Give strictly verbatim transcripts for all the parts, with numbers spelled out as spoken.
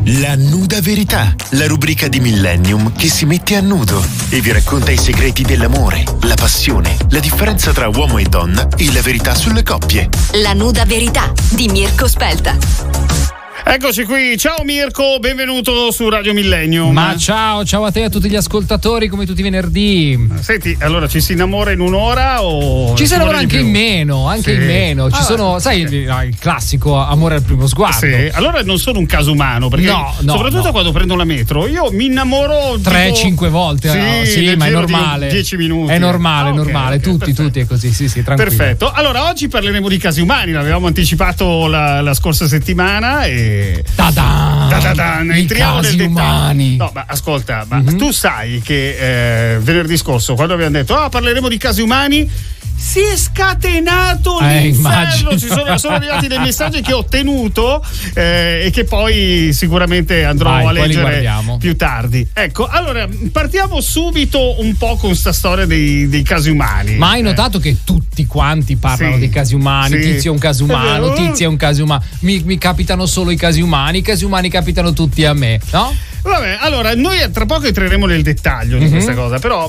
La nuda verità, la rubrica di Millennium che si mette a nudo e vi racconta i segreti dell'amore, la passione, la differenza tra uomo e donna e la verità sulle coppie. La nuda verità di Mirko Spelta. Eccoci qui, ciao Mirko, benvenuto su Radio Millennium. Ma ciao, ciao a te e a tutti gli ascoltatori, come tutti i venerdì. Senti, allora ci si innamora in un'ora o ci si innamora anche in meno, anche sì. in meno. Ci ah, sono, sai, okay. il, il classico amore al primo sguardo. Sì, allora non sono un caso umano, perché no, no, soprattutto no. quando prendo la metro, io mi innamoro tre tipo... cinque volte. Sì, no? sì ma è normale. dieci minuti. È normale, ah, è okay, normale, okay, tutti, perfetto. tutti è così, sì, sì, tranquillo. Perfetto. Allora, oggi parleremo di casi umani, l'avevamo anticipato la, la scorsa settimana e Ta-da! Da-da-da, I casi umani. No, ma ascolta, ma mm-hmm. tu sai che eh, venerdì scorso, quando abbiamo detto ah, parleremo di casi umani, si è scatenato eh, l'inferno. Ci sono, sono arrivati dei messaggi che ho ottenuto eh, e che poi sicuramente andrò Vai, a leggere più tardi. Ecco, allora partiamo subito un po' con sta storia dei, dei casi umani. Ma hai notato eh. che tutti quanti parlano sì, dei casi umani? Sì. Tizio è un caso umano, Tizio è un caso umano. Mi, mi capitano solo i casi umani, i casi umani capitano tutti a me, no? Vabbè, allora noi tra poco entreremo nel dettaglio di mm-hmm. questa cosa, però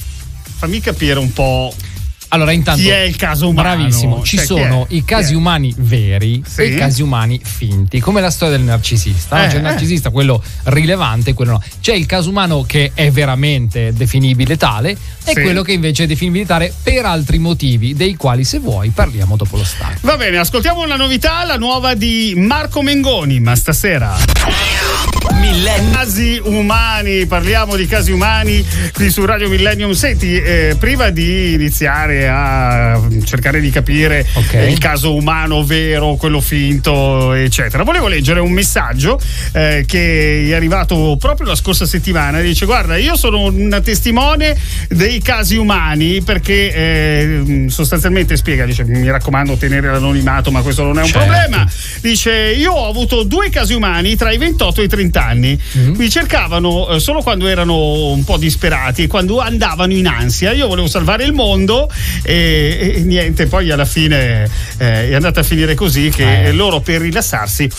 fammi capire un po'. Allora, intanto, chi è il caso umano? Bravissimo, ci cioè, sono i casi umani veri sì? e i casi umani finti, come la storia del narcisista. Eh, no? C'è il narcisista, eh. quello rilevante, quello no. C'è il caso umano che è veramente definibile tale e sì. quello che invece è definibile tale per altri motivi, dei quali, se vuoi, parliamo dopo lo stacco. Va bene, ascoltiamo una novità, la nuova di Marco Mengoni, ma stasera Millennium. Casi umani, parliamo di casi umani qui su Radio Millennium. Senti, eh, prima di iniziare a cercare di capire okay. il caso umano vero, quello finto, eccetera, volevo leggere un messaggio eh, che è arrivato proprio la scorsa settimana. Dice: guarda, io sono una testimone dei casi umani, perché eh, sostanzialmente spiega, dice, mi raccomando tenere l'anonimato, ma questo non è un certo. problema. Dice: io ho avuto due casi umani tra i ventotto e i trenta anni. Mm-hmm. Mi cercavano eh, solo quando erano un po' disperati e quando andavano in ansia. Io volevo salvare il mondo e, e niente, poi alla fine eh, è andata a finire così che eh. loro, per rilassarsi,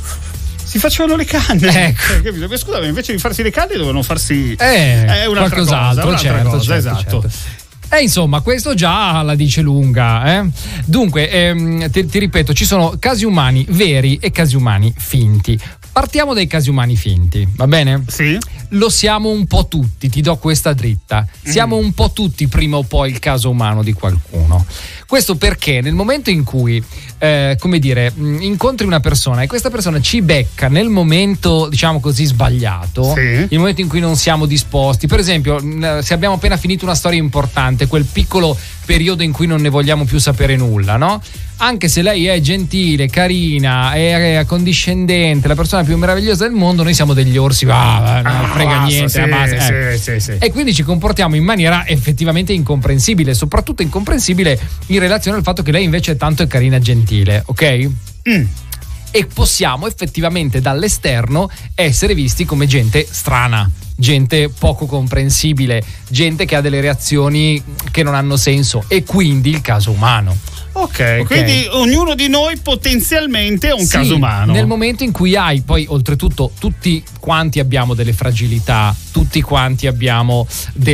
si facevano le canne. Ecco. Eh, scusami, invece di farsi le canne dovevano farsi eh, eh, un'altra qualcos'altro, cosa, un'altra certo, cosa, certo, esatto. Certo. E eh, insomma, questo già la dice lunga. Eh? Dunque, ehm, ti, ti ripeto, ci sono casi umani veri e casi umani finti. Partiamo dai casi umani finti, va bene? Sì. Lo siamo un po' tutti, ti do questa dritta. Siamo mm. un po' tutti prima o poi il caso umano di qualcuno. Questo perché nel momento in cui, eh, come dire, incontri una persona e questa persona ci becca nel momento, diciamo così, sbagliato, sì. il momento in cui non siamo disposti, per esempio, se abbiamo appena finito una storia importante, quel piccolo periodo in cui non ne vogliamo più sapere nulla, no? Anche se lei è gentile, carina, è accondiscendente, la persona più meravigliosa del mondo, noi siamo degli orsi, ah, non ah, frega basta, niente, sì, la base, eh. sì, sì, sì. E quindi ci comportiamo in maniera effettivamente incomprensibile, soprattutto incomprensibile in relazione al fatto che lei invece è tanto carina e gentile, ok? Mm. E possiamo effettivamente dall'esterno essere visti come gente strana, gente poco comprensibile, gente che ha delle reazioni che non hanno senso, e quindi il caso umano. Okay, ok, quindi ognuno di noi potenzialmente è un sì, caso umano. Nel momento in cui hai, poi oltretutto tutti quanti abbiamo delle fragilità, tutti quanti abbiamo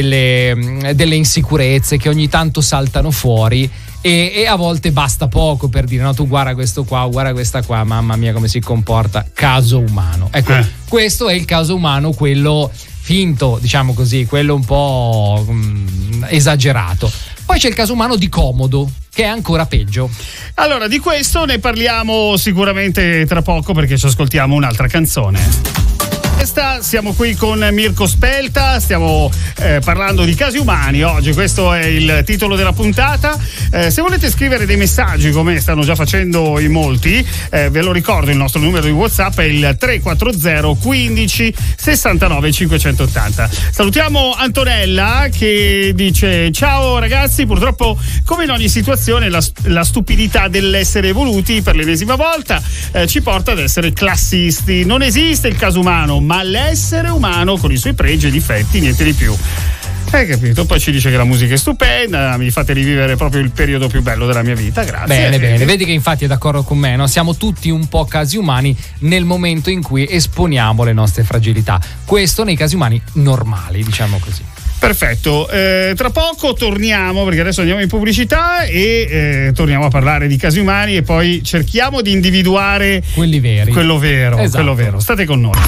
delle, delle insicurezze che ogni tanto saltano fuori. E, e a volte basta poco per dire: no, tu guarda questo qua, guarda questa qua, mamma mia come si comporta. Caso umano. Ecco, eh. questo è il caso umano, quello finto, diciamo così, quello un po' mh, esagerato. Poi c'è il caso umano di comodo, che è ancora peggio. Allora, di questo ne parliamo sicuramente tra poco, perché ci ascoltiamo un'altra canzone. Siamo qui con Mirko Spelta, stiamo eh, parlando di casi umani oggi, questo è il titolo della puntata. Eh, se volete scrivere dei messaggi, come stanno già facendo in molti, eh, ve lo ricordo, il nostro numero di WhatsApp è il tre quattro zero quindici sessantanove cinquecentottanta. Salutiamo Antonella che dice: ciao ragazzi, purtroppo come in ogni situazione la, la stupidità dell'essere evoluti per l'ennesima volta eh, ci porta ad essere classisti. Non esiste il caso umano, ma l'essere umano con i suoi pregi e difetti, niente di più. Hai capito? Poi ci dice che la musica è stupenda, mi fate rivivere proprio il periodo più bello della mia vita, grazie. Bene, bene, vedi che infatti è d'accordo con me, no? Siamo tutti un po' casi umani nel momento in cui esponiamo le nostre fragilità. Questo nei casi umani normali, diciamo così. Perfetto, eh, tra poco torniamo, perché adesso andiamo in pubblicità e eh, torniamo a parlare di casi umani e poi cerchiamo di individuare quelli veri. Quello vero, esatto. quello vero. State con noi.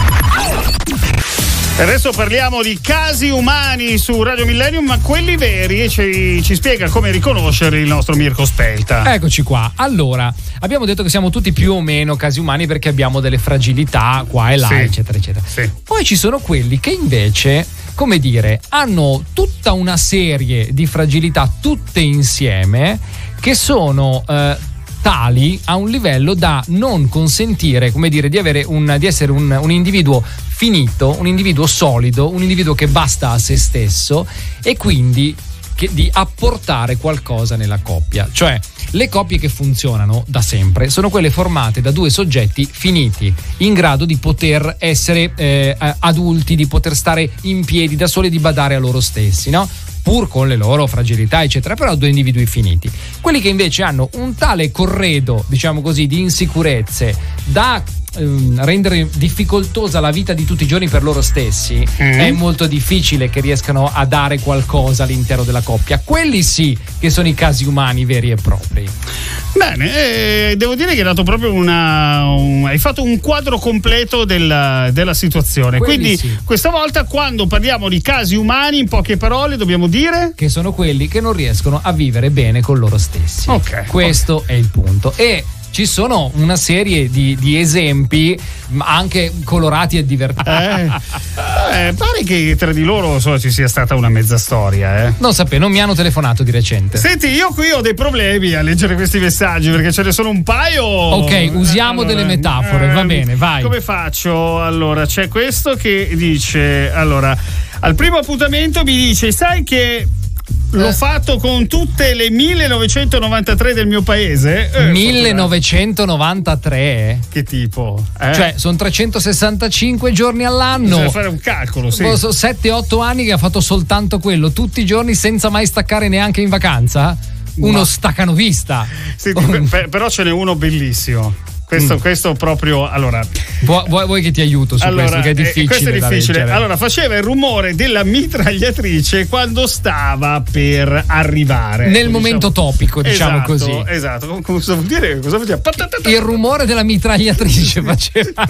Adesso parliamo di casi umani su Radio Millennium, ma quelli veri, e ci, ci spiega come riconoscere il nostro Mirko Spelta. Eccoci qua. Allora, abbiamo detto che siamo tutti più o meno casi umani perché abbiamo delle fragilità qua e là, sì, eccetera, eccetera. Sì. Poi ci sono quelli che invece, come dire, hanno tutta una serie di fragilità tutte insieme che sono eh, tali a un livello da non consentire, come dire, di avere un, di essere un, un individuo finito, un individuo solido, un individuo che basta a se stesso e quindi che, di apportare qualcosa nella coppia. Cioè, le coppie che funzionano da sempre sono quelle formate da due soggetti finiti, in grado di poter essere eh, adulti, di poter stare in piedi da soli, di badare a loro stessi, no? Pur con le loro fragilità, eccetera, però due individui finiti. Quelli che invece hanno un tale corredo, diciamo così, di insicurezze da ehm, rendere difficoltosa la vita di tutti i giorni per loro stessi, mm. è molto difficile che riescano a dare qualcosa all'interno della coppia. Quelli sì che sono i casi umani veri e propri. Bene, eh, devo dire che hai dato proprio una un, hai fatto un quadro completo della, della situazione. Quelli Quindi sì. Questa volta, quando parliamo di casi umani, in poche parole dobbiamo dire che sono quelli che non riescono a vivere bene con loro stessi. Ok, questo okay. è il punto. E ci sono una serie di, di esempi anche colorati e divertenti. Eh, eh, pare che tra di loro so, ci sia stata una mezza storia. Eh. Non sapevo, non mi hanno telefonato di recente. Senti, io qui ho dei problemi a leggere questi messaggi perché ce ne sono un paio. Ok, usiamo allora, delle metafore, eh, va bene, vai. Come faccio? Allora, c'è questo che dice: allora, al primo appuntamento mi dice, sai che l'ho fatto con tutte le millenovecentonovantatré del mio paese. Eh, millenovecentonovantatré? Che tipo? Eh? Cioè, sono trecentosessantacinque giorni all'anno. Bisogna fare un calcolo, sì. Sono sette otto anni che ha fatto soltanto quello, tutti i giorni senza mai staccare neanche in vacanza? Uno Ma... staccanovista. Senti, per, però ce n'è uno bellissimo. Questo, mm. questo proprio, allora vuoi, vuoi che ti aiuto su allora, questo che è difficile, eh, questo è difficile. Da allora faceva il rumore della mitragliatrice quando stava per arrivare, nel ecco, momento diciamo, topico, diciamo esatto, così esatto. Cosa vuol dire? Cosa vuol dire? Il rumore della mitragliatrice faceva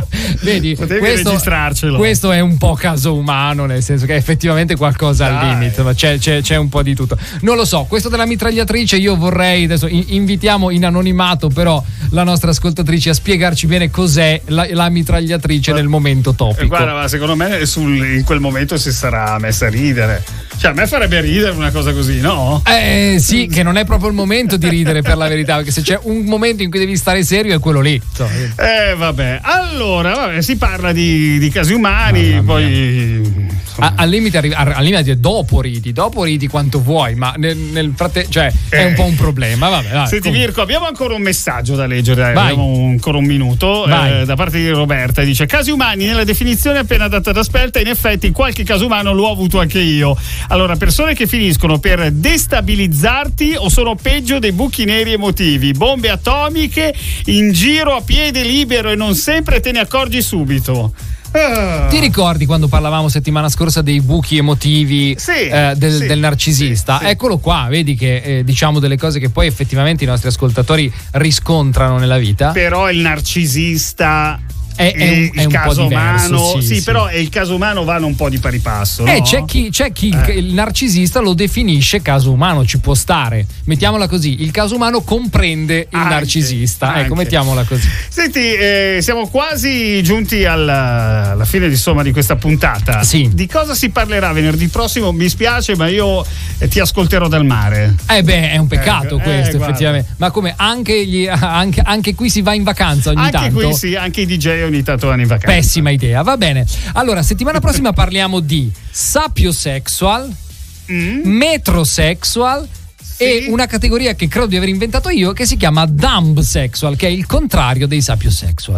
vedi, potevi questo, registrarcelo. Questo è un po' caso umano, nel senso che è effettivamente qualcosa Dai. al limite, ma c'è, c'è, c'è un po' di tutto. Non lo so, questo della mitragliatrice io vorrei adesso invitiamo in anonimato però la nostra ascoltatrici a spiegarci bene cos'è la, la mitragliatrice nel momento topico. Guarda, ma secondo me sul, in quel momento si sarà messa a ridere. Cioè, a me farebbe ridere una cosa così, no? Eh sì, che non è proprio il momento di ridere, per la verità, perché se c'è un momento in cui devi stare serio è quello lì. Eh vabbè, allora vabbè, si parla di, di casi umani, poi a, al limite arri- al limite dopo ridi, dopo ridi quanto vuoi, ma nel, nel frattempo, cioè è eh. un po' un problema, vabbè. Vai, Senti comunque. Mirko, abbiamo ancora un messaggio da leggere, Vai. abbiamo ancora un minuto eh, da parte di Roberta, dice: casi umani nella definizione appena data da Spelta, in effetti qualche caso umano l'ho avuto anche io. Allora, persone che finiscono per destabilizzarti o sono peggio dei buchi neri emotivi, bombe atomiche in giro a piede libero e non sempre te ne accorgi subito. Uh. Ti ricordi quando parlavamo settimana scorsa dei buchi emotivi sì, eh, del, sì, del narcisista? Sì, sì. Eccolo qua, vedi che eh, diciamo delle cose che poi effettivamente i nostri ascoltatori riscontrano nella vita. Però il narcisista è, è un, il è un caso po' diverso, umano, sì, sì, sì, però è il caso umano vanno un po' di pari passo. Eh, no? c'è chi, c'è chi eh. il, il narcisista lo definisce caso umano, ci può stare. Mettiamola così, il caso umano comprende il anche, narcisista. Anche. Ecco, mettiamola così. Senti, eh, siamo quasi giunti alla, alla fine insomma di questa puntata. Sì. Di cosa si parlerà venerdì prossimo? Mi spiace, ma io eh, ti ascolterò dal mare. Eh beh, è un peccato eh, questo, eh, effettivamente. Ma come anche, gli, anche, anche qui si va in vacanza ogni anche tanto? Anche qui sì, anche i D J ogni tanto vanno in vacanza. Pessima idea, va bene. Allora, settimana prossima parliamo di sapiosexual, mm. metrosexual sì. e una categoria che credo di aver inventato io che si chiama dumbsexual, che è il contrario dei sapiosexual.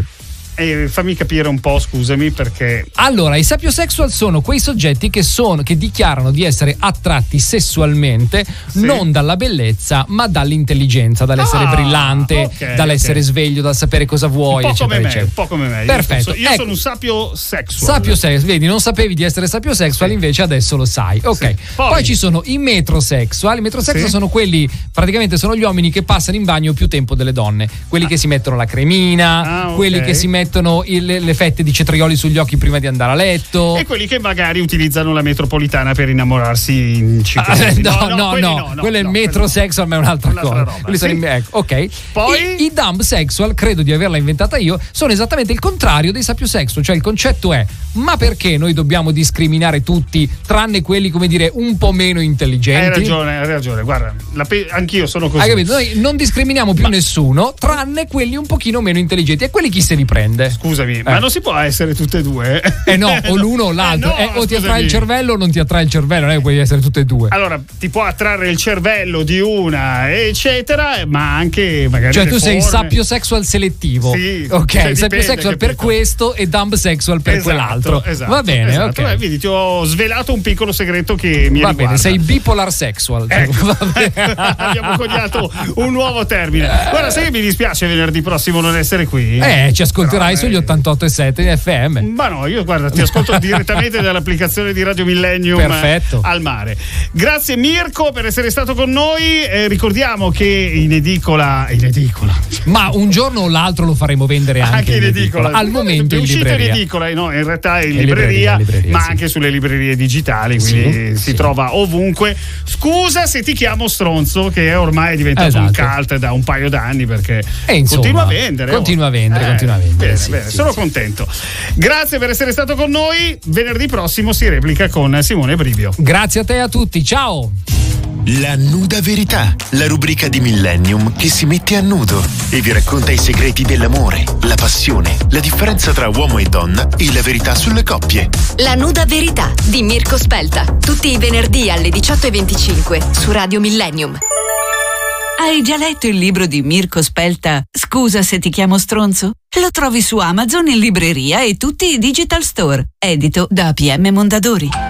Eh, fammi capire un po', scusami, perché allora i sapiosexual sono quei soggetti che sono che dichiarano di essere attratti sessualmente sì. non dalla bellezza ma dall'intelligenza, dall'essere ah, brillante, okay, dall'essere okay. sveglio, dal sapere cosa vuoi, un po' eccetera, come me, eccetera. un po' come me. Perfetto. Io, io ecco. sono un sapiosexual. Sapiosexual, vedi, non sapevi di essere sapiosexual, sì. invece adesso lo sai. Ok. Sì. Poi, Poi ci sono i metrosexual. I metrosexual sì. sono quelli, praticamente sono gli uomini che passano in bagno più tempo delle donne, quelli ah. che si mettono la cremina, ah, okay. quelli che si mettono il, le fette di cetrioli sugli occhi prima di andare a letto, e quelli che magari utilizzano la metropolitana per innamorarsi in cinque ah, minuti. no, no, no, no, no, no, quello è il no, metrosexual, ma è un'altra, un'altra cosa. roba. Quelli Sì. sono in, ecco, ok. Poi I, i dumb sexual, credo di averla inventata io, sono esattamente il contrario dei sapiosexual, cioè il concetto è: ma perché noi dobbiamo discriminare tutti tranne quelli, come dire, un po' meno intelligenti? Hai ragione, hai ragione, guarda, la pe- anch'io sono così. Hai capito? Noi non discriminiamo più ma... nessuno tranne quelli un pochino meno intelligenti, e quelli chi se li prende? Scusami, eh. ma non si può essere tutte e due? Eh no, o l'uno o l'altro, eh no, eh, o ti scusami. attrae il cervello o non ti attrae il cervello, non è che puoi essere tutte e due. Allora, ti può attrarre il cervello di una, eccetera, ma anche magari cioè tu forme. sei sapiosexual selettivo, sì, ok, cioè sapiosexual per questo e dumb sexual per esatto, quell'altro, esatto, va bene, esatto. ok. Beh, vedi, ti ho svelato un piccolo segreto che mi va riguarda. bene, sei bipolar sexual, ecco. va bene. Abbiamo coniato un nuovo termine. Guarda, sai che mi dispiace venerdì prossimo non essere qui? Eh, ci ascolterai Però, sugli eh, ottantotto e sette di F M. Ma no, io guarda, ti ascolto direttamente dall'applicazione di Radio Millennium. Perfetto. Al mare. Grazie Mirko per essere stato con noi. Eh, ricordiamo che in edicola, in edicola. Ma un giorno o l'altro lo faremo vendere anche, anche in edicola. edicola. Al momento è in uscito libreria. in edicola, no, in realtà è in, in libreria, libreria, libreria, ma sì. anche sulle librerie digitali, quindi sì, si sì. trova ovunque. Scusa se ti chiamo stronzo, che ormai è diventato esatto. un cult da un paio d'anni, perché e insomma, continua a vendere. Continua oh. a vendere, eh, continua a vendere. Bene, sì, bene, sì, sono sì. contento. Grazie per essere stato con noi. Venerdì prossimo si replica con Simone Brivio. Grazie a te e a tutti, ciao! La nuda verità, la rubrica di Millennium che si mette a nudo e vi racconta i segreti dell'amore, la passione, la differenza tra uomo e donna e la verità sulle coppie. La nuda verità di Mirko Spelta, tutti i venerdì alle diciotto e venticinque su Radio Millennium. Hai già letto il libro di Mirko Spelta, Scusa se ti chiamo stronzo? Lo trovi su Amazon, in libreria e tutti i digital store, edito da A P M Mondadori.